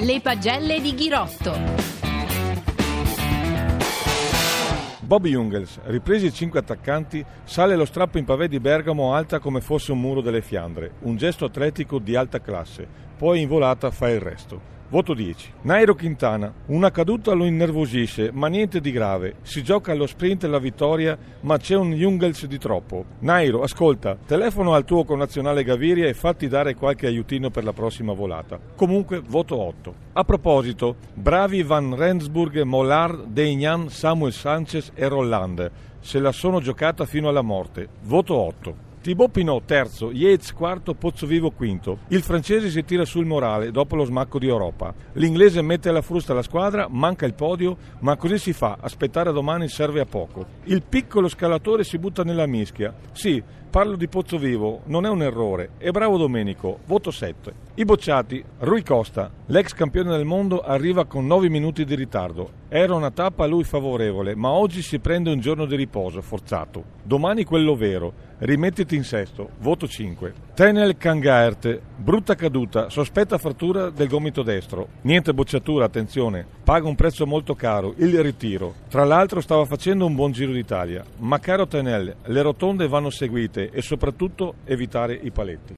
Le pagelle di Ghirotto. Bobby Jungels, ripresi i 5 attaccanti, sale lo strappo in pavé di Bergamo alta come fosse un muro delle Fiandre, un gesto atletico di alta classe, poi in volata fa il resto. Voto 10. Nairo Quintana, una caduta lo innervosisce, ma niente di grave, si gioca allo sprint la vittoria, ma c'è un Jungels di troppo. Nairo, ascolta, telefono al tuo connazionale Gaviria e fatti dare qualche aiutino per la prossima volata. Comunque, voto 8. A proposito, bravi Van Rensburg, Mollard, Deignan, Samuel Sanchez e Rolland, se la sono giocata fino alla morte. Voto 8. Thibaut Pinot terzo, Yates quarto, Pozzovivo quinto. Il francese si tira sul morale dopo lo smacco di Europa. L'inglese mette alla frusta la squadra, manca il podio, ma così si fa, aspettare a domani serve a poco. Il piccolo scalatore si butta nella mischia. Sì, parlo di Pozzovivo, non è un errore. E bravo Domenico, voto 7. I bocciati, Rui Costa, l'ex campione del mondo, arriva con 9 minuti di ritardo. Era una tappa a lui favorevole, ma oggi si prende un giorno di riposo, forzato. Domani quello vero. Rimettiti in sesto, voto 5. Tenel Kangaert, brutta caduta, sospetta frattura del gomito destro. Niente bocciatura, attenzione, paga un prezzo molto caro, il ritiro. Tra l'altro stava facendo un buon Giro d'Italia. Ma caro Tenel, le rotonde vanno seguite e soprattutto evitare i paletti.